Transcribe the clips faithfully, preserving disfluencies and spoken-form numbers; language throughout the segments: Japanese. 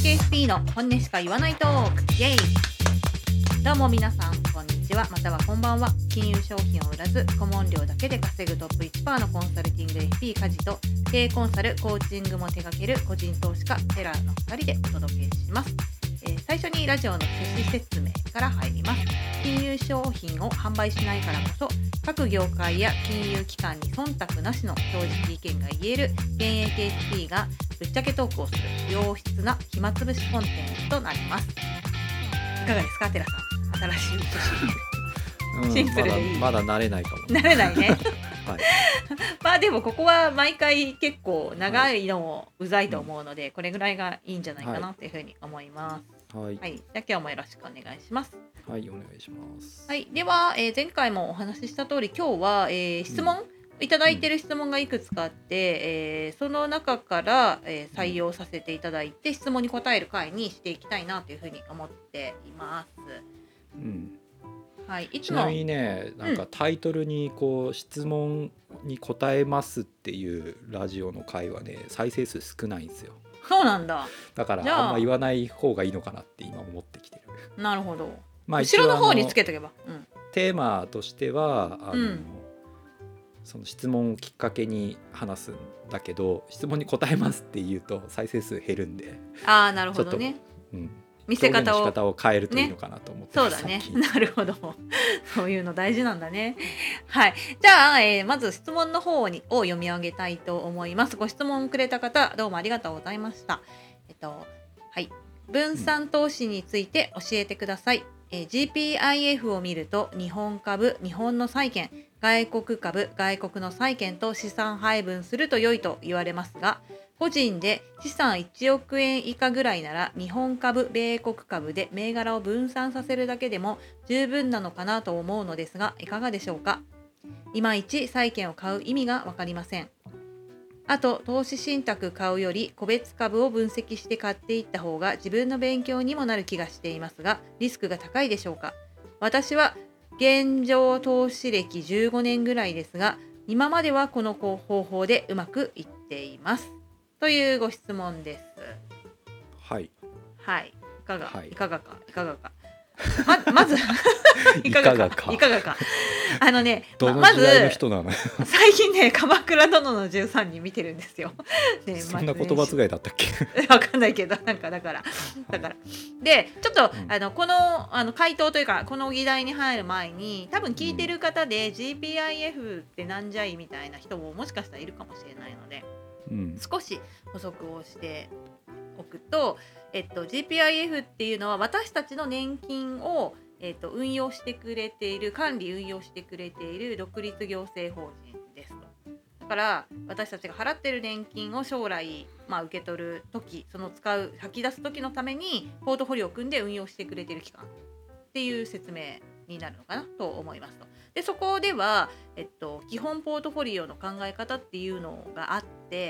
ケーエフピー の本音しか言わないトークイエイ。どうも皆さんこんにちは、またはこんばんは。金融商品を売らず顧問料だけで稼ぐトップ いちパーセント のコンサルティング エフピー 家事と経営コンサルコーチングも手掛ける個人投資家テラーのふたりでお届けします。えー、最初にラジオの趣旨説明から入ります。金融商品を販売しないからこそ各業界や金融機関に忖度なしの正直意見が言える現役 エフピー がぶっちゃけトークをする良質な暇つぶしコンテンツとなります。いかがですかテラさん、新しい年シンプルでいい、 まだ、まだ慣れないかも慣れないね、はい、 まあでもここは毎回結構長いのもうざいと思うので、はい、これぐらいがいいんじゃないかなというふうに思います。はい、はい、じゃあ今日もよろしくお願いします。 はい、お願いします。 はい、では、えー、前回もお話しした通り今日は、えー、質問、うんいただいている質問がいくつかあって、うんえー、その中から、えー、採用させていただいて、うん、質問に答える回にしていきたいなというふうに思っています。 うんはい、いつもちなみにね、なんかタイトルにこう質問に答えますっていうラジオの回はね、再生数少ないんですよ。 そうなんだ。 だからあんま言わない方がいいのかなって今思ってきてる。 なるほど。 まあ、 後ろの方につけとけば、うん、 テーマとしてはあの、 うんその質問をきっかけに話すんだけど、質問に答えますって言うと再生数減るんで、 ああなるほどね、うん、見せ方を、 表現の仕方を変えるといいのかなと思ってます、 ね、そうだねなるほどそういうの大事なんだね。はい、じゃあ、えー、まず質問の方にを読み上げたいと思います。ご質問くれた方どうもありがとうございました。えっとはい分散投資について教えてください。うんえー、ジーピーアイエフ を見ると日本株、日本の債券、外国株、外国の債券と資産配分すると良いと言われますが、個人で資産いちおくえん以下ぐらいなら日本株、米国株で銘柄を分散させるだけでも十分なのかなと思うのですが、いかがでしょうか。いまいち債券を買う意味が分かりません。あと投資信託買うより個別株を分析して買っていった方が自分の勉強にもなる気がしていますが、リスクが高いでしょうか。私は現状投資歴じゅうごねんぐらいですが、今まではこの方法でうまくいっていますというご質問です。 はいはいいかが、はい、いかがかいかがかま, まずいかがかいかがかあのねどの時代の人なの、ま、 最近ね鎌倉殿のじゅうさんにん見てるんですよ、 ね、そんな言葉遣いだったっけわかんないけどなんかだからだからでちょっと、うん、あのこのあの回答というかこの議題に入る前に多分聞いてる方で、うん、ジーピーアイエフ ってなんじゃいみたいな人ももしかしたらいるかもしれないので、うん、少し補足をしておくと、えっと、ジーピーアイエフ っていうのは私たちの年金を、えっと、運用してくれている管理運用してくれている独立行政法人ですと。だから私たちが払ってる年金を将来、まあ、受け取る時その使う吐き出す時のためにポートフォリオを組んで運用してくれている機関っていう説明になるのかなと思いますと。でそこでは、えっと、基本ポートフォリオの考え方っていうのがあって、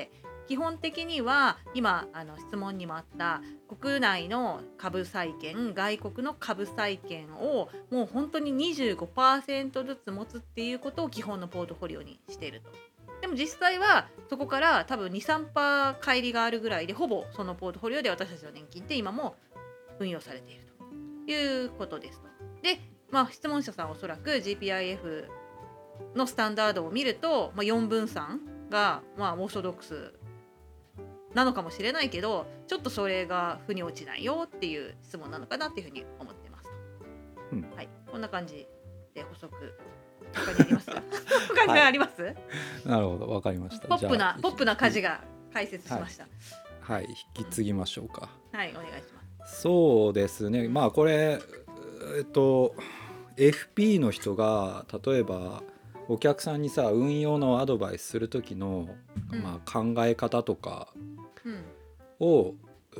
基本的には今あの質問にもあった国内の株債券、外国の株債券をもう本当に にじゅうごパーセント ずつ持つっていうことを基本のポートフォリオにしていると。でも実際はそこから多分 にさんパーセント 乖離があるぐらいで、ほぼそのポートフォリオで私たちの年金って今も運用されているということですと。で、まあ、質問者さんはおそらく ジーピーアイエフ のスタンダードを見ると、まあ、よんぶんさんが、まあ、オーソドックスなのかもしれないけど、ちょっとそれが腑に落ちないよっていう質問なのかなっていうふうに思ってます、うんはい、こんな感じで補足他にありますか他にあります、はい、 なるほど、わかりました。 ポップなポップな家事が解説しました。 はい、はい、引き継ぎましょうか。 はい、お願いします。 そうですね、まあこれえっと エフピー の人が例えばお客さんにさ運用のアドバイスする時の、うんまあ、考え方とかを、うん、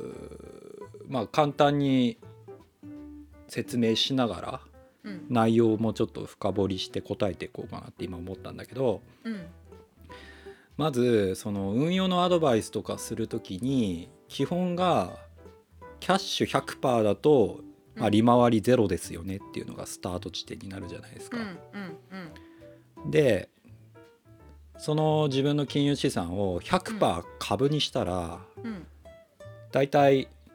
まあ簡単に説明しながら、うん、内容もちょっと深掘りして答えていこうかなって今思ったんだけど、うん、まずその運用のアドバイスとかするときに基本がキャッシュ ひゃくパーセント だと、まあ、利回りゼロですよねっていうのがスタート地点になるじゃないですか、うんうんうん、でその自分の金融資産を ひゃくパーセント 株にしたら、うん、だいたい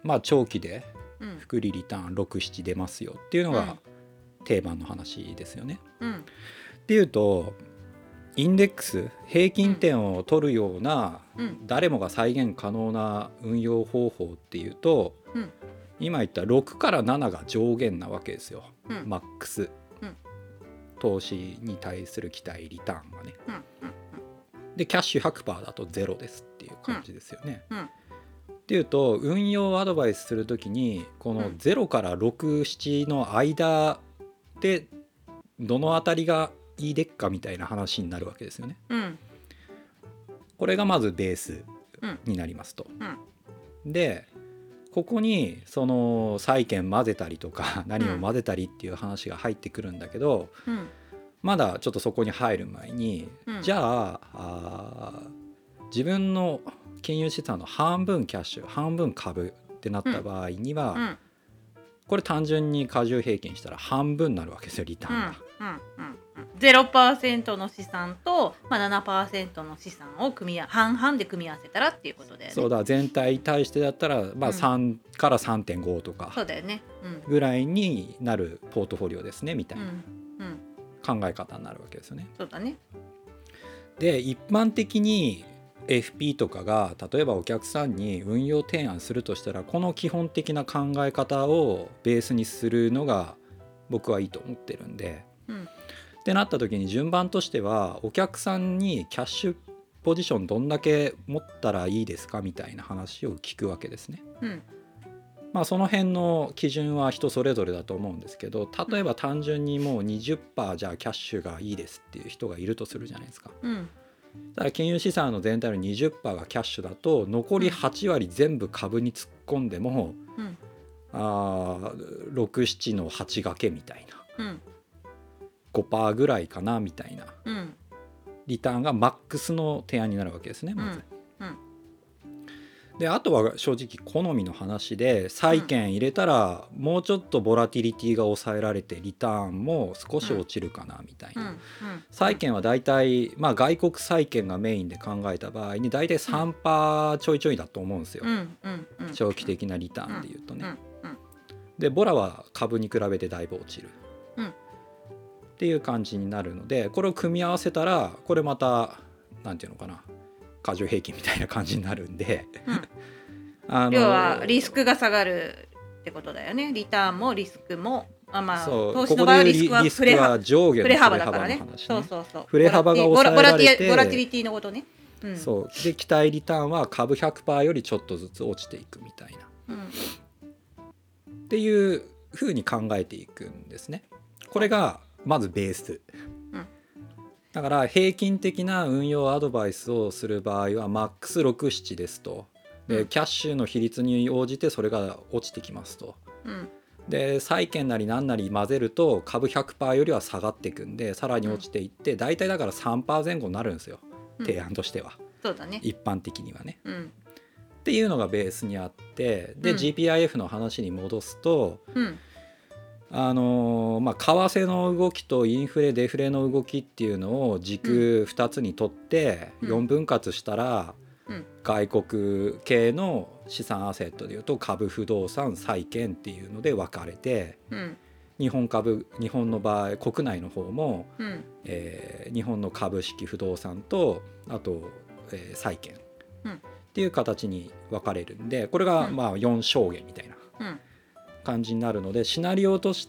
まあ長期でうん複利リターンろく、なな出ますよっていうのが定番の話ですよね。 うんっていうとインデックス平均点を取るようなうん誰もが再現可能な運用方法っていうと、 うん、 今言ったろくからななが上限なわけですよ、 うん、 マックス、 うん、 投資に対する期待リターンがね、 うんうんでキャッシュ ひゃくパーセント だとゼロですっていう感じですよね、 うん、 っていうと運用アドバイスするときにこのゼロからろく、ななの間でどのあたりがいいでっかみたいな話になるわけですよね、 うん、 これがまずベースになりますと、うん、でここにその債券混ぜたりとか何を混ぜたりっていう話が入ってくるんだけど、うん、まだちょっとそこに入る前に、うん、じゃ あ, あ自分の金融資産の半分キャッシュ半分株ってなった場合には、うんうん、これ単純に加重平均したら半分になるわけですよリターンが、 うんうんうん、ゼロパーセント の資産と、まあ、ななパーセント の資産を組み合半々で組み合わせたらっていうことだよね。 そうだ全体に対してだったら、まあ、さんからさんてんごとかぐらいになるポートフォリオですねみたいな考え方になるわけですよね。 そうだね。 で一般的に エフピー とかが例えばお客さんに運用提案するとしたらこの基本的な考え方をベースにするのが僕はいいと思ってるんで、うん、ってなった時に順番としてはお客さんにキャッシュポジションどんだけ持ったらいいですかみたいな話を聞くわけですね、うん、まあその辺の基準は人それぞれだと思うんですけど例えば単純にもう にじゅっパーセント じゃあキャッシュがいいですっていう人がいるとするじゃないですか、うんだから金融資産の全体の にじゅっパーセント がキャッシュだと残りはち割全部株に突っ込んでも、うん、あろく、ななのはち掛けみたいな、うん、ごパーセント ぐらいかなみたいな、うん、リターンがマックスの提案になるわけですねまず、うんうんであとは正直好みの話で債券入れたらもうちょっとボラティリティが抑えられてリターンも少し落ちるかなみたいな、債券はだいたいまあ外国債券がメインで考えた場合にだいたい さんパーセント ちょいちょいだと思うんですよ、長期的なリターンでいうとね。でボラは株に比べてだいぶ落ちるっていう感じになるのでこれを組み合わせたらこれまたなんていうのかな過剰平均みたいな感じになるんで、うん、 あの要はリスクが下がるってことだよね。リターンもリスクもあまあ投資の場合はリスクは振れ幅上下の振れ幅だからね。そうそうそう。振れ幅が抑えられてボラティリティのことね。 うん、そうで期待リターンは株 ひゃくパーセント よりちょっとずつ落ちていくみたいな、うん、っていうふうに考えていくんですね。これがまずベース。だから平均的な運用アドバイスをする場合はマックスろく、ななですとでキャッシュの比率に応じてそれが落ちてきますと、うん、で債券なり何なり混ぜると株 ひゃくパーセント よりは下がっていくんでさらに落ちていって大体だから さんパーセント 前後になるんですよ、うん、提案としては、 そうだね、 一般的にはね、うん、っていうのがベースにあってで、うん、ジーピーアイエフ の話に戻すと、うんあのーまあ、為替の動きとインフレデフレの動きっていうのを軸ふたつにとってよんぶん割したら、うん、外国系の資産アセットでいうと株不動産債券っていうので分かれて、うん、日本株日本の場合国内の方も、うんえー、日本の株式不動産とあと、えー、債券っていう形に分かれるんでこれがまあよん証言みたいな。うん感じになるのでシナリオとして、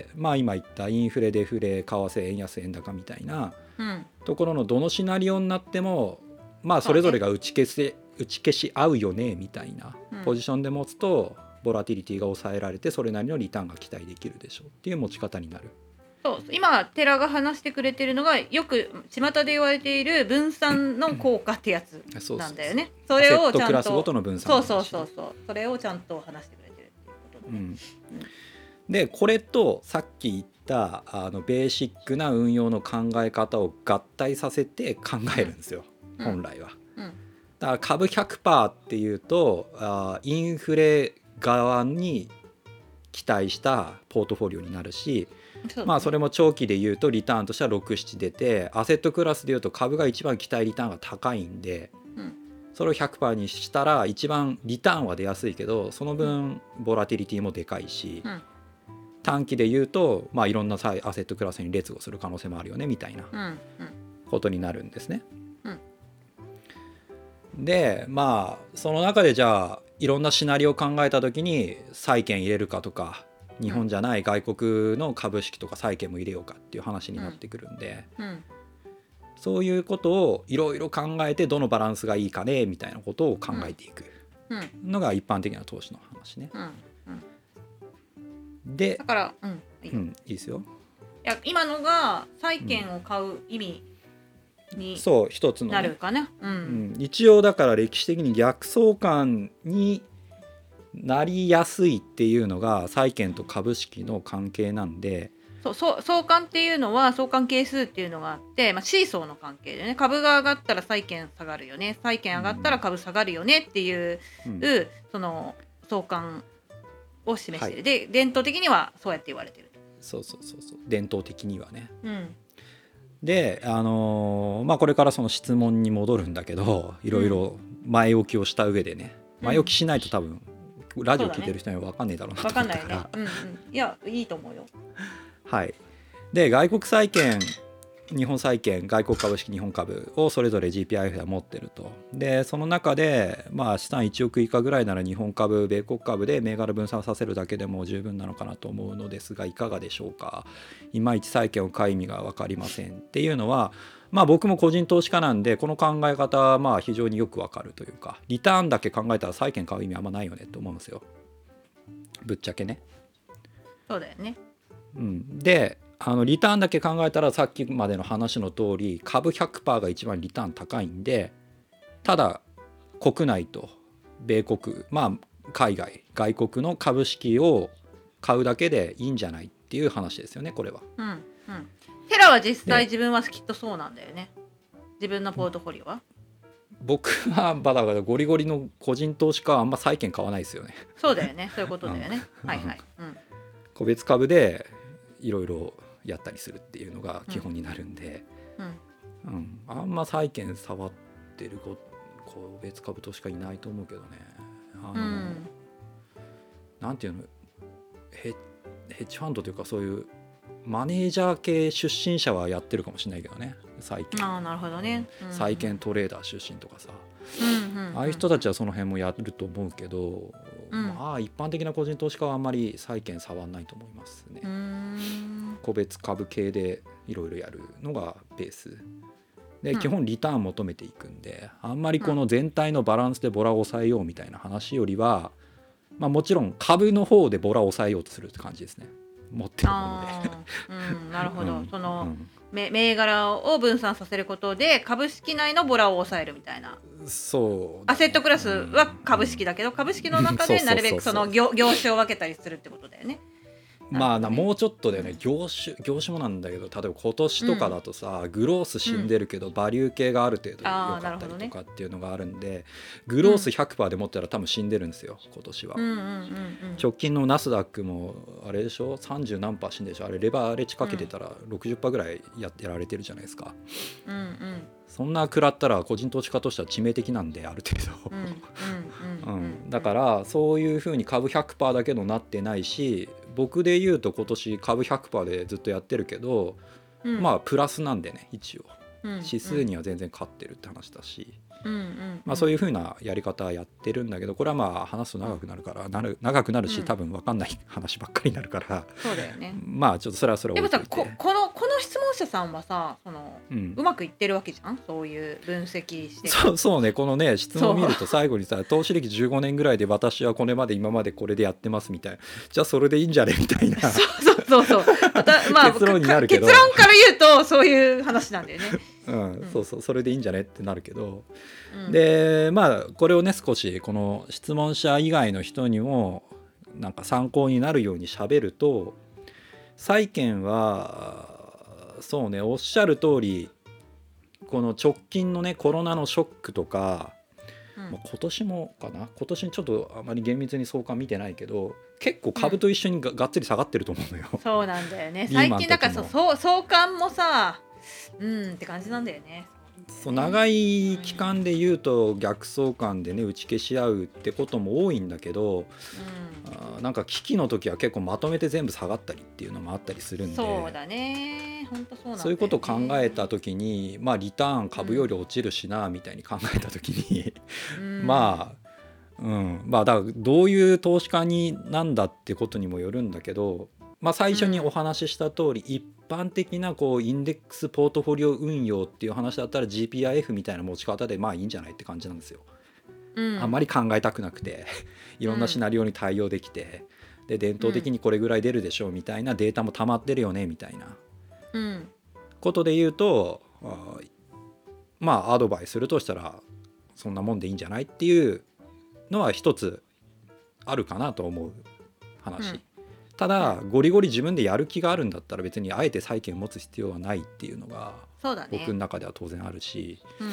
まあ、今言ったインフレデフレ為替円安円高みたいなところのどのシナリオになっても、まあ、それぞれが打ち消せ、打ち消し合うよねみたいなポジションで持つとボラティリティが抑えられてそれなりのリターンが期待できるでしょうっていう持ち方になる。 そう今寺が話してくれてるのがよく巷で言われている分散の効果ってやつなんだよね。それをちゃんとアセットクラスごとの分散そうそうそうそうそれをちゃんと話してくれてうん、 でこれとさっき言ったあのベーシックな運用の考え方を合体させて考えるんですよ、うん、本来は、うん、だから株 ひゃくパーセント っていうとあインフレ側に期待したポートフォリオになるし、まあそれも長期で言うとリターンとしてはろく、なな出てアセットクラスで言うと株が一番期待リターンが高いんで、うん、 それを ひゃくパーセント にしたら一番リターンは出やすいけど、その分ボラティリティもでかいし、 うん、 短期で言うと、まあ、いろんなアセットクラスに劣後する可能性もあるよねみたいなことになるんですね。 うんうん、でまあその中でじゃあいろんなシナリオを考えた時に債券入れるかとか、日本じゃない外国の株式とか債券も入れようかっていう話になってくるんで、 うんうん、 そういうことをいろいろ考えてどのバランスがいいかねみたいなことを考えていくのが一般的な投資の話ね。 うんうん、 でだから、うんいいよ、 うん、いいですよ。 いや今のが債券を買う意味にそう一つの、ね、 なるかな、うんうん、 一応だから歴史的に逆相関になりやすいっていうのが債券と株式の関係なんで、 そうそう相関っていうのは相関係数っていうのがあって、まあ、シーソーの関係でね、株が上がったら債券下がるよね、債券上がったら株下がるよねっていう、うん、その相関を示している、はい、で伝統的にはそうやって言われてる。 そうそうそうそう伝統的にはね、 うん、 であのーまあこれからその質問に戻るんだけど、いろいろ前置きをした上でね、うん、前置きしないと多分ラジオ聞いてる人には分かんないだろうなと思ったから、 分かんないよね、うんうん、いやいいと思うよ。 はい。で外国債券、日本債券、外国株式、日本株をそれぞれ ジーピーアイエフ で持ってると。でその中で、まあ、資産いちおく以下ぐらいなら日本株、米国株で銘柄分散させるだけでも十分なのかなと思うのですがいかがでしょうか。いまいち債券を買う意味が分かりませんっていうのは、まあ、僕も個人投資家なんでこの考え方はまあ非常によく分かるというか、リターンだけ考えたら債券買う意味あんまないよねと思うんですよ、ぶっちゃけね。 そうだよね、 うん、であのリターンだけ考えたらさっきまでの話の通り株 ひゃくパーセント が一番リターン高いんで、ただ国内と米国、まあ海外外国の株式を買うだけでいいんじゃないっていう話ですよねこれは。 うんうん、テラは実際自分はきっとそうなんだよね。自分のポートフォリオは僕はバタバタゴリゴリの個人投資家はあんま債券買わないですよね。 そうだよね、そういうことだよね、うん、はいはい、うん、 個別株でいろいろやったりするっていうのが基本になるんで、うんうん、あんま債券触ってる個別株としかいないと思うけどね。あの、うん、なんていうのヘ、ヘッジファンドというかそういうマネージャー系出身者はやってるかもしれないけどね、債券。 ああなるほどね、 うん、債券トレーダー出身とかさ、 うんうんうん、 ああいう人たちはその辺もやると思うけど、うん、まあ一般的な個人投資家はあんまり債券触らないと思いますね。 うーん、 個別株系でいろいろやるのがベースで、 うん、 基本リターン求めていくんで、あんまりこの全体のバランスでボラを抑えようみたいな話よりは、まあ、もちろん株の方でボラを抑えようとするって感じですね、持ってるもので。 うん、なるほど、うん、その、 うん銘柄を分散させることで株式内のボラを抑えるみたいな。 そう、ね、 アセットクラスは株式だけど、うん、株式の中でなるべくその業種を分けたりするってことだよね。 まあなもうちょっとだよね、業種業種もなんだけど、例えば今年とかだとさ、うん、グロース死んでるけど、うん、バリュー系がある程度良かったりとかっていうのがあるんで、ね、グロース ひゃくパーセント で持ったら多分死んでるんですよ今年は、うんうんうんうん、直近のナスダックもあれでしょ、さんじゅう何パー死んでるでしょ、あれレバレッジかけてたら ろくじゅっパーセント ぐらいやってられてるじゃないですか、うんうん、そんな食らったら個人投資家としては致命的なんである程度、うんうんうんうん、だからそういう風に株 ひゃくパーセント だけのなってないし、僕で言うと今年株 ひゃくパーセント でずっとやってるけど、うん、まあプラスなんでね一応、うん、指数には全然勝ってるって話だし、うんうんうん、まあ、そういう風なやり方やってるんだけど、これはまあ話すと長くなるからなる長くなるし、多分分かんない話ばっかりになるから、 そうだよね、 まあちょっとそれはそれは置いといて。 でもさ こ, このこの質問者さんはさその、うん、うまくいってるわけじゃん、そういう分析して。 そうそうね、このね質問を見ると最後にさ投資歴じゅうごねんぐらいで私はこれまで今までこれでやってますみたいな、じゃあそれでいいんじゃねみたいなそうそうそうそう、まあ、 結論になるけど、 結論から言うとそういう話なんだよねうん、そうそう、それでいいんじゃねってなるけど、うん、でまあこれをね少しこの質問者以外の人にもなんか参考になるように喋ると、債券はそうねおっしゃる通りこの直近のねコロナのショックとか、うん、今年もかな、今年ちょっとあまり厳密に相関見てないけど結構株と一緒に が,、うん、がっつり下がってると思うのよ。 そうなんだよね、最近だからそう相関もさうんって感じなんだよね。 そう長い期間で言うと逆相関でね打ち消し合うってことも多いんだけど、 うんあなんか危機の時は結構まとめて全部下がったりっていうのもあったりするんで、 そうだね本当そうなんだよね。 そういうことを考えた時に、まあ、リターン株より落ちるしなみたいに考えた時に、 うん、 まあうんまあだからどういう投資家になんだってことにもよるんだけど、まあ、最初にお話しした通り、うん、一般的なこうインデックスポートフォリオ運用っていう話だったら ジーピーアイエフ みたいな持ち方でまあいいんじゃないって感じなんですよ、うん、あんまり考えたくなくていろんなシナリオに対応できて、で伝統的にこれぐらい出るでしょうみたいなデータも溜まってるよねみたいなことで言うと、あまあアドバイスするとしたらそんなもんでいいんじゃないっていうのは一つあるかなと思う話、うん、ただゴリゴリ自分でやる気があるんだったら別にあえて債券を持つ必要はないっていうのが僕の中では当然あるし、うん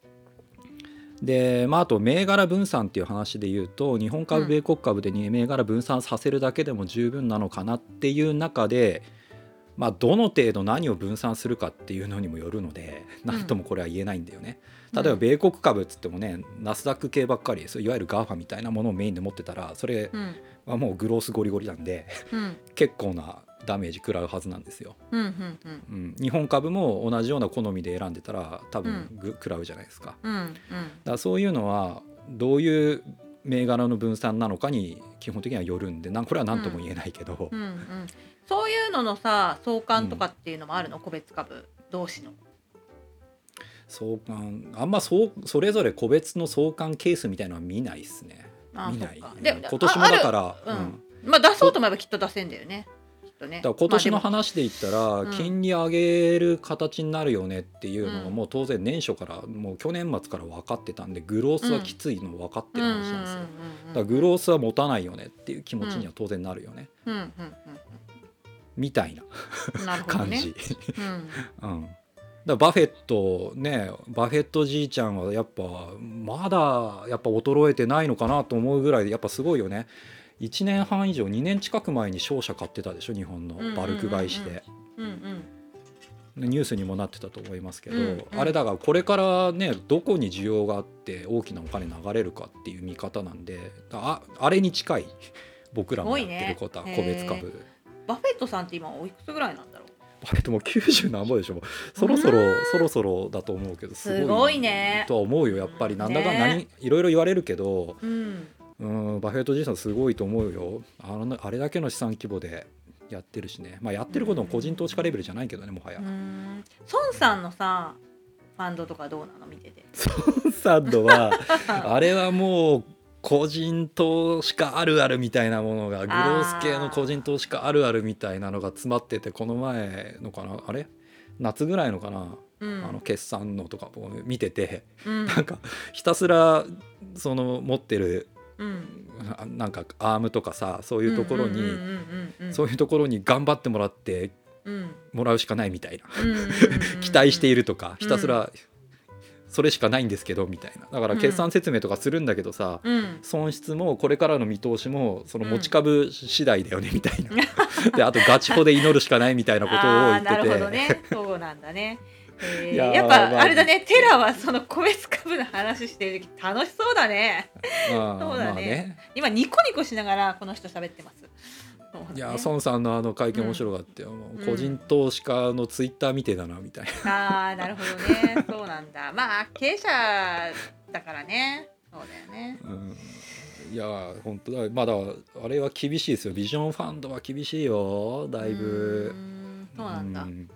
でまあ、あと銘柄分散っていう話で言うと日本株米国株でに銘柄分散させるだけでも十分なのかなっていう中で、まあ、どの程度何を分散するかっていうのにもよるので何ともこれは言えないんだよね、うん、例えば米国株っつってもねナスダック系ばっかりそういわゆる ガーファ みたいなものをメインで持ってたらそれはもうグロースゴリゴリなんで、うん、結構なダメージ食らうはずなんですよ、うんうんうんうん、日本株も同じような好みで選んでたら多分ぐ、うん、食らうじゃないですか、うんうん、だからそういうのはどういう銘柄の分散なのかに基本的にはよるんでなんこれは何とも言えないけど、うんうんうん、 そういうののさ相関とかっていうのもあるの、うん、個別株同士の相関あんまそうそれぞれ個別の相関ケースみたいなのは見ないですね。見ない。で今年もだから、 うんうんまあ、出そうと思えばきっと出せんだよね。ね、 だから今年の話で言ったら、まあ、金利上げる形になるよねっていうのがもう当然年初からもう去年末から分かってたんでグロースはきついの分かってる話なんですよ。だからグロースは持たないよねっていう気持ちには当然なるよね、うんうんうんうん、みたいな感じ、うんうん、だからバフェットねバフェットじいちゃんはやっぱまだやっぱ衰えてないのかなと思うぐらいでやっぱすごいよね。いちねんはん以上にねん近く前に商社買ってたでしょ日本のバルク買いして、うんうんうん、ニュースにもなってたと思いますけど、うんうん、あれだからこれからねどこに需要があって大きなお金流れるかっていう見方なんで あ, あれに近い僕らもやってることは個別株、ね、 バフェットさんって今おいくつぐらいなんだろう。 バフェットもきゅうじゅう何ぼでしょそろそろそろそろだと思うけどすごい、 すごいねとは思うよやっぱりなんだか何、ね、いろいろ言われるけど、 うんうん、バフェットじいさんすごいと思うよ あ, のあれだけの資産規模でやってるしね、まあ、やってることも個人投資家レベルじゃないけどねもはや。 うん孫さんのさファンドとかどうなの見てて。 孫さんのはあれはもう個人投資家あるあるみたいなものがグロース系の個人投資家あるあるみたいなのが詰まっててこの前のかなあれ夏ぐらいのかな、うん、あの決算のとかも見てて、うん、なんかひたすらその持ってるうん、なんかアームとかさそういうところにそういうところに頑張ってもらってもらうしかないみたいな期待しているとかひたすらそれしかないんですけどみたいなだから決算説明とかするんだけどさ、うん、損失もこれからの見通しもその持ち株次第だよねみたいな、うん、であとガチホで祈るしかないみたいなことを言ってて。 あなるほどねそうなんだねえー、や, やっぱあれだねテラはその個別株の話してる時楽しそうだねそうだね、まあ、ね今ニコニコしながらこの人喋ってます、ね、 いや孫さんのあの会見面白かったよ、うん、個人投資家のツイッター見てだなみたいな、うん、あーなるほどねそうなんだまあ経営者だからねそうだよね、うん、 いや本当だまだあれは厳しいですよビジョンファンドは厳しいよだいぶうんそうなんだ、うん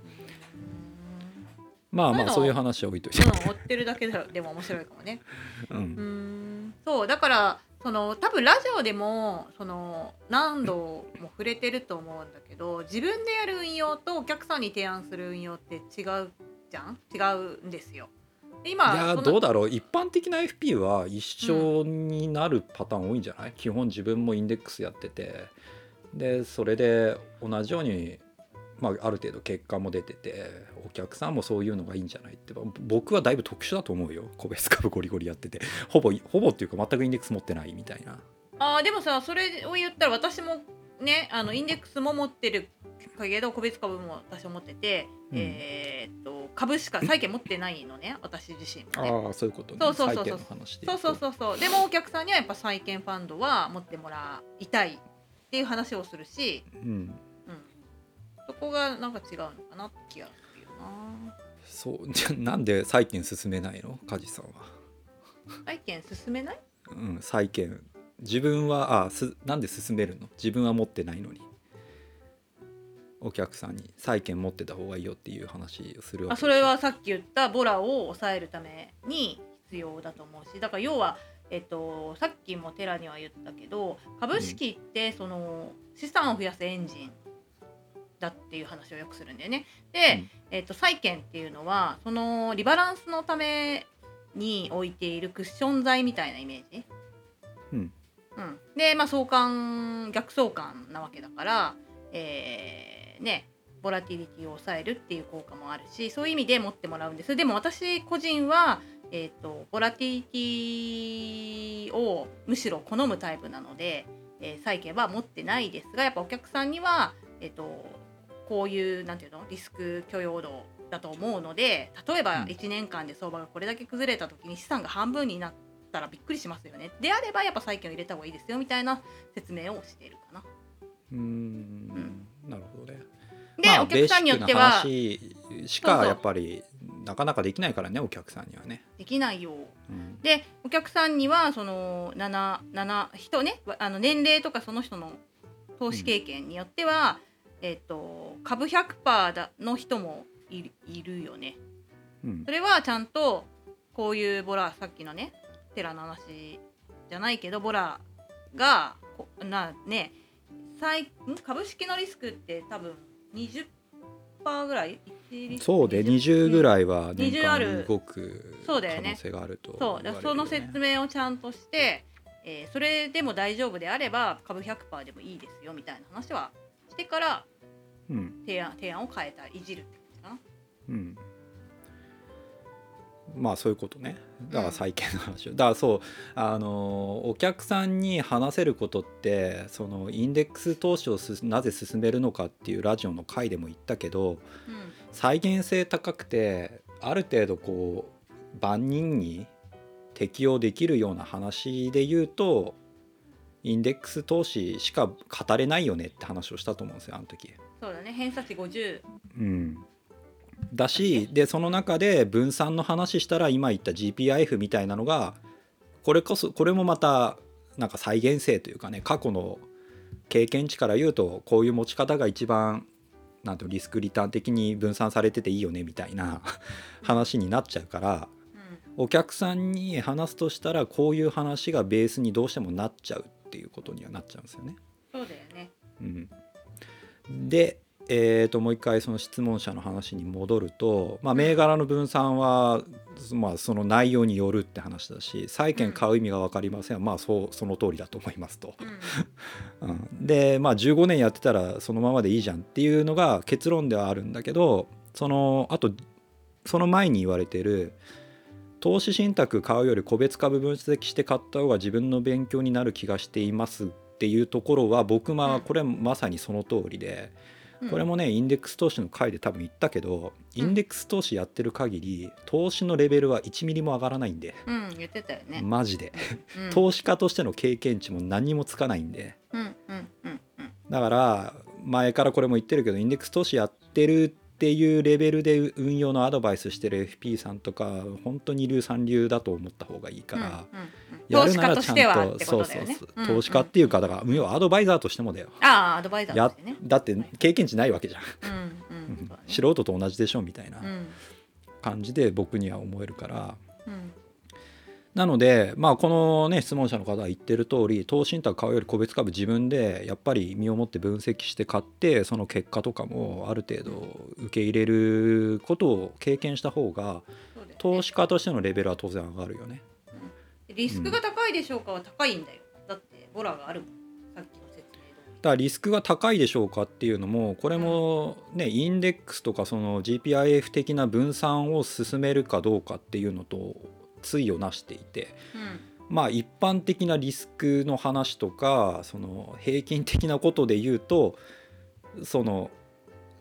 まあまあそういう話は置いといて、 うん、追ってるだけでも面白いかもね、うん、うーんそうだからその多分ラジオでもその何度も触れてると思うんだけど自分でやる運用とお客さんに提案する運用って違うじゃん違うんですよ。で今いやどうだろう一般的な エフピー は一緒になるパターン多いんじゃない、うん、基本自分もインデックスやっててでそれで同じようにまあ、ある程度結果も出ててお客さんもそういうのがいいんじゃないって僕はだいぶ特殊だと思うよ個別株ゴリゴリやっててほぼほぼっていうか全くインデックス持ってないみたいな。 あでもさそれを言ったら私もねあのインデックスも持ってるけど個別株も私は持ってて、うん、えー、っと株しか債券持ってないのね、私自身もね。 ああそういうことね。 そうそうそうそう債券の話でそ言とうそうそうそう。でもお客さんにはやっぱ債券ファンドは持ってもらいたいっていう話をするし、 うん、 うん、そこがなんか違うのかなって気がするよな。 そうじゃなんで債券進めないの梶さんは。 債券進めない？ うん、債券自分はあすなんで進めるの？自分は持ってないのにお客さんに債券持ってた方がいいよっていう話をするわけでしょ。 あ、それはさっき言ったボラを抑えるために必要だと思うし、だから要は、えっと、さっきもテラには言ったけど、株式ってその資産を増やすエンジンだっていう話をよくするんだよね。で、 うんえっと、債券っていうのはそのリバランスのために置いているクッション材みたいなイメージ、 うんうん、で、まあ、相関逆相関なわけだから、えー、ねボラティリティを抑えるっていう効果もあるし、そういう意味で持ってもらうんです。でも私個人は、えーと、ボラティリティをむしろ好むタイプなので、えー、債券は持ってないですが、やっぱお客さんには、えーと、こういうなんていうのリスク許容度だと思うので、例えばいちねんかんで相場がこれだけ崩れた時に資産が半分になったらびっくりしますよね。であればやっぱ債券を入れた方がいいですよみたいな説明をしているかな。 うーん、うん、なるほどね。 で、まあ、お客さんによってはベーシックな話しかやっぱりなかなかできないからね、お客さんにはね。 できないよ、 うん、でお客さんにはそのなな、なな人ね、あの年齢とかその人の投資経験によっては、うん、えっと株 ひゃくパーセント の人もいる、いるよね、うん、それはちゃんとこういうボラ、さっきのねテラの話じゃないけどボラがなね株式のリスクって多分 にじゅっパーセント ぐらい、 そうでにじゅうぐらいは年間動く可能性があると言われるよね。 そうだよね。そう、その説明をちゃんとして、えー、それでも大丈夫であれば株 ひゃくパーセント でもいいですよみたいな話はしてから提案、うん、提案を変えたいじるって感じかな。うん、 まあそういうことね。だから債券の話を、うん、だからそうあのお客さんに話せることって、そのインデックス投資をなぜ進めるのかっていうラジオの回でも言ったけど、うん、再現性高くてある程度こう万人に適用できるような話で言うとインデックス投資しか語れないよねって話をしたと思うんですよ、あの時。 そうだね、偏差値ごじゅう、 うんだし、でその中で分散の話したら今言った ジーピーアイエフ みたいなのがこれこそこれもまたなんか再現性というかね、過去の経験値から言うとこういう持ち方が一番なんてリスクリターン的に分散されてていいよねみたいな話になっちゃうから、お客さんに話すとしたらこういう話がベースにどうしてもなっちゃうっていうことにはなっちゃうんですよね。 そうだよね、 うん、でえー、ともう一回その質問者の話に戻ると、まあ、銘柄の分散は、まあ、その内容によるって話だし、債券買う意味が分かりません、うん、まあそうその通りだと思いますと、うんうん、でまあじゅうごねんやってたらそのままでいいじゃんっていうのが結論ではあるんだけど、そのあとその前に言われてる投資信託買うより個別株分析して買った方が自分の勉強になる気がしていますっていうところは僕はこれまさにその通りで、これもねインデックス投資の回で多分言ったけど、インデックス投資やってる限り投資のレベルはいちミリも上がらないんで、 うん、言ってたよね、 マジで、うん、投資家としての経験値も何もつかないんで、 うんうんうんうん、 だから前からこれも言ってるけどインデックス投資やってるっていうレベルで運用のアドバイスしてる エフピー さんとか本当に二流三流だと思った方がいいから、うんうんうん、やるならちゃんと、そうそうそう、投資家っていうかだから要はアドバイザーとしてもだよ。 ああ、アドバイザーとしてね。 だって経験値ないわけじゃん、 うんうんうんね、 素人と同じでしょみたいな感じで僕には思えるから、うん、なのでまあこのね質問者の方が言ってる通り、投資信託買うより個別株自分でやっぱり身をもって分析して買って、その結果とかもある程度受け入れることを経験した方が投資家としてのレベルは当然上がるよね。 うん、リスクが高いでしょうかは高いんだよ、だってボラがあるもん。さっきの説明通りだからリスクが高いでしょうかっていうのもこれもね、うん、インデックスとかその ジーピーアイエフ 的な分散を進めるかどうかっていうのと対をなしていて、うん、まあ一般的なリスクの話とかその平均的なことで言うと、その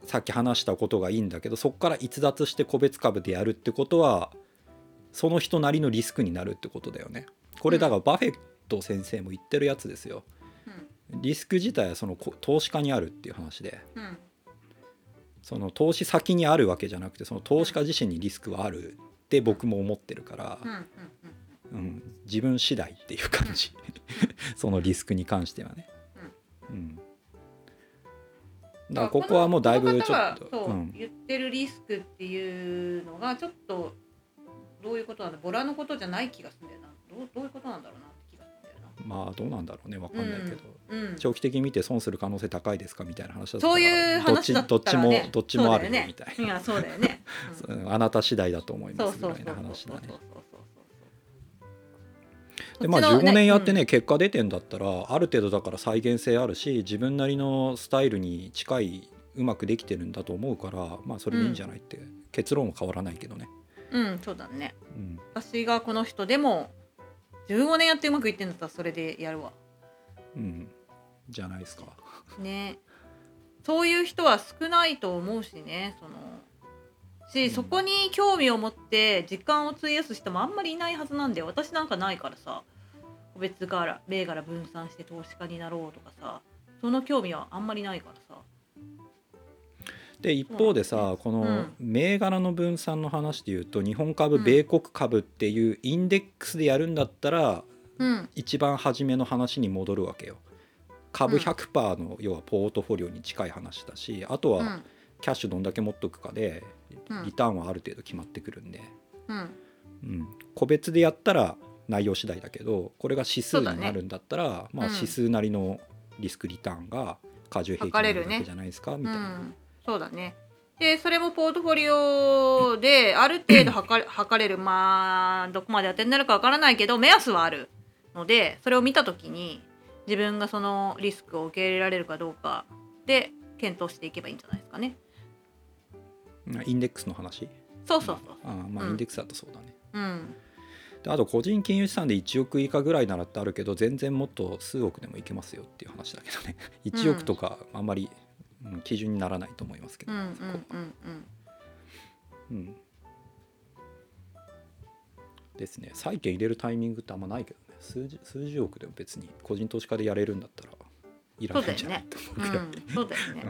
さっき話したことがいいんだけど、そこから逸脱して個別株でやるってことはその人なりのリスクになるってことだよね。これだからバフェット先生も言ってるやつですよ。リスク自体はその投資家にあるっていう話で、うん、その投資先にあるわけじゃなくてその投資家自身にリスクはあるって僕も思ってるから、うんうん、自分次第っていう感じそのリスクに関してはね、うん、だからここはもうだいぶちょっと、 うん、言ってるリスクっていうのがちょっとどういうことなんだ、ボラのことじゃない気がするんだよな。どう、どういうことなんだろうなって気がするんだよな。 まあどうなんだろうね、分かんないけど、 うんうん、 長期的に見て損する可能性高いですかみたいな話だったらそういう話だったら、ね、 どっちもどっちもあるよみたいな、 いやそうだよね、 うん、あなた次第だと思いますみたいな話だね。でまあじゅうごねんやってね、うん、結果出てんだったらある程度だから再現性あるし自分なりのスタイルに近いうまくできてるんだと思うから、まあそれでいいんじゃないって、うん、結論は変わらないけどね。 うんそうだね、うん、私がこの人でもじゅうごねんやってうまくいってんだったらそれでやるわ。 うんじゃないですかね。そういう人は少ないと思うしね、そのし、うん、そこに興味を持って時間を費やす人もあんまりいないはずなんだよ。私なんかないからさ、個別から銘柄分散して投資家になろうとかさ、その興味はあんまりないからさ。 で一方でさ、この銘柄の分散の話でいうと日本株、米国株っていうインデックスでやるんだったら、うん、一番初めの話に戻るわけよ。株 ひゃくパーセント の要はポートフォリオに近い話だし、あとはキャッシュどんだけ持っとくかでリターンはある程度決まってくるんで、うんうん、個別でやったら内容次第だけどこれが指数になるんだったら、ね、まあ、指数なりのリスクリターンが過重平均になるわけじゃないですか、ね、みたいな、うん、 そうだね。でそれもポートフォリオである程度測れ、測れる、まあどこまで当てになるかわからないけど目安はあるので、それを見たときに自分がそのリスクを受け入れられるかどうかで検討していけばいいんじゃないですかね。 インデックスの話？ そうそうそう。 ああまあ、うん、インデックスだとそうだね。 うん。 であと個人金融資産でいちおく以下ぐらいならってあるけど全然もっと数億でもいけますよっていう話だけどねいちおくとかあんまり、うん、基準にならないと思いますけど、 うんうんうんうん、うん、 ですね。債券入れるタイミングってあんまないけどね、数十、数十億でも別に個人投資家でやれるんだったらいらないんじゃないと思うけど、 そうだよね、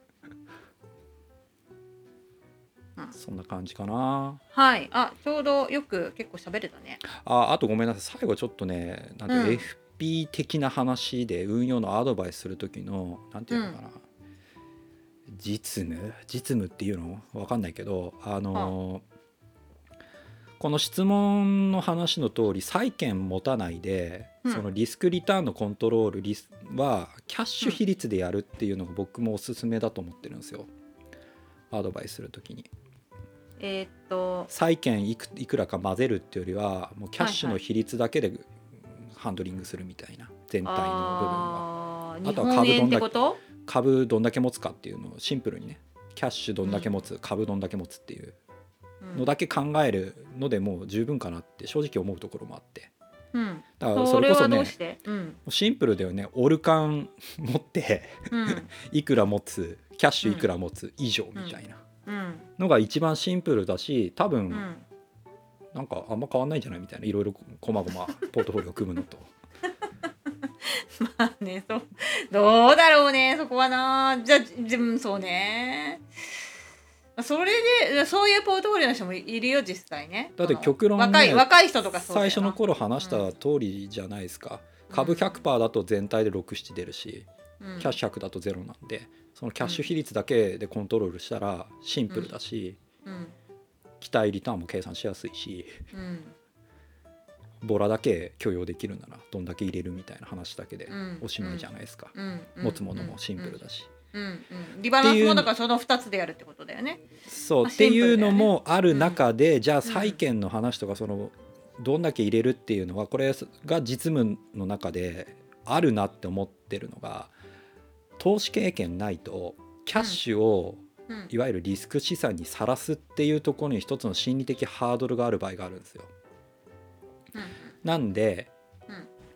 うん、そんな感じかな。 はい。あ、ちょうどよく結構喋れたね。 あ、あとごめんなさい、最後ちょっとね、なんて、うん、エフピー 的な話で運用のアドバイスする時のなんていうのかな、うん、実務実務っていうのわかんないけど、あのー、この質問の話の通り債券持たないで、うん、そのリスクリターンのコントロールリスはキャッシュ比率でやるっていうのが僕もおすすめだと思ってるんですよ、アドバイスするときに。 えー、っと債券い く, いくらか混ぜるっていうよりはもうキャッシュの比率だけでハンドリングするみたいな、全体の部分は。あとは株どんだけ株どんだけ持つかっていうのをシンプルにね、キャッシュどんだけ持つ、うん、株どんだけ持つっていうのだけ考えるのでもう十分かなって正直思うところもあって、うん、だからそれこそね、うん、シンプルだよね。オルカン持って、うん、いくら持つ、キャッシュいくら持つ以上みたいなのが一番シンプルだし、多分、うん、なんかあんま変わんないんじゃないみたいな、いろいろこまごまポートフォリオを組むのとまあね、そうどうだろうね、そこはな。じゃあ自分そうね、それでそういうポートフォリオの人もいるよ実際ね。 だって極論ね、 若い、若い人とかそうだよな。 最初の頃話した通りじゃないですか、うん、株 ひゃくパーセント だと全体でろく、なな出るし、うん、キャッシュひゃくだとゼロなんで、そのキャッシュ比率だけでコントロールしたらシンプルだし、うんうん、期待リターンも計算しやすいし、うん、ボラだけ許容できるならどんだけ入れるみたいな話だけでおしまいじゃないですか、うんうん、持つものもシンプルだし、 うんうんうん、リバランスもだからそのふたつでやるってことだよね。 そう、まあ、っていうのもある中で、うん、じゃあ債券の話とかそのどんだけ入れるっていうのはこれが実務の中であるなって思ってるのが、投資経験ないとキャッシュをいわゆるリスク資産にさらすっていうところに一つの心理的ハードルがある場合があるんですよ、うん、なんで、うん、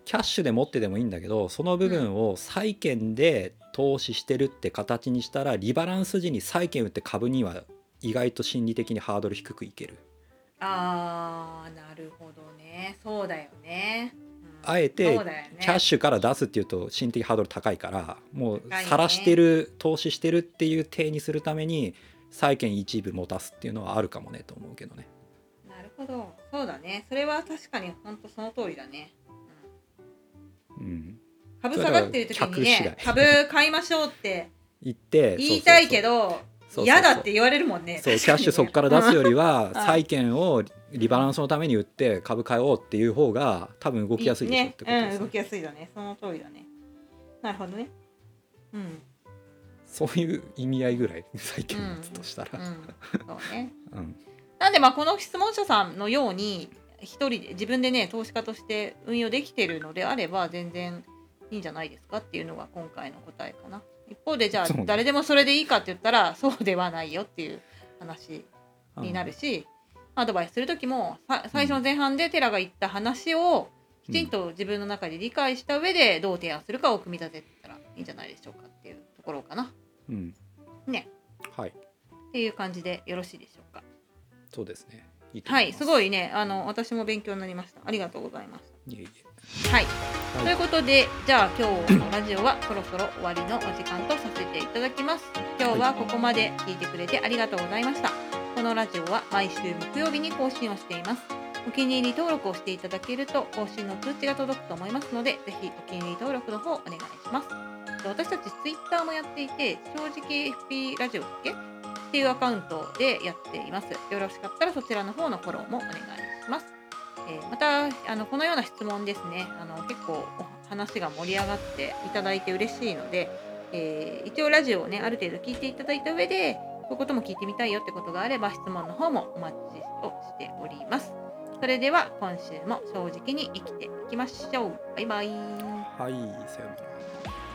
キャッシュで持ってでもいいんだけど、その部分を債券で投資してるって形にしたら、リバランス時に債券売って株には意外と心理的にハードル低くいける。 あー、なるほどね。そうだよね、うん、 あえてそうだよね。 キャッシュから出すっていうと心理的ハードル高いから、もう高いね晒してる、投資してるっていう体にするために債券一部持たすっていうのはあるかもねと思うけどね。 なるほど、そうだね。それは確かに本当その通りだね、 うん、 株下がってる時にね、株買いましょうって言って言いたいけど嫌だって言われるもんね。 そう、キャッシュそこから出すよりは債券をリバランスのために売って株買おうっていう方が多分動きやすいでしょってことですね。 うん、動きやすいだね。その通りだね。なるほどね。うん。 そういう意味合いぐらい債券持つとしたら、 うんうん、そうね、 うん、 なんでまあこの質問者さんのように一人で自分でね投資家として運用できているのであれば全然いいんじゃないですかっていうのが今回の答えかな。一方でじゃあ誰でもそれでいいかって言ったらそうではないよっていう話になるし、うん、アドバイスする時も最初の前半でテラが言った話をきちんと自分の中で理解した上でどう提案するかを組み立てたらいいんじゃないでしょうかっていうところかな。 うん、 ね、 はい、 っていう感じでよろしいでしょうか。 そうですね。いいとはい、 思います。 すごいね、あの私も勉強になりました。ありがとうございました。 いえいえ。はい、はい、ということで、じゃあ今日のラジオはそろそろ終わりのお時間とさせていただきます。今日はここまで聞いてくれてありがとうございました。このラジオは毎週木曜日に更新をしています。お気に入り登録をしていただけると更新の通知が届くと思いますので、ぜひお気に入り登録の方お願いします。私たちツイッターもやっていて、正直 エフピー ラジオだっけっていうアカウントでやっています。よろしかったらそちらの方のフォローもお願いします。えー、またあのこのような質問ですね、あの結構話が盛り上がっていただいて嬉しいので、えー、一応ラジオをねある程度聞いていただいた上でこういうことも聞いてみたいよってことがあれば質問の方もお待ちをしております。それでは今週も正直に生きていきましょう。バイバイ。 はい、さようなら。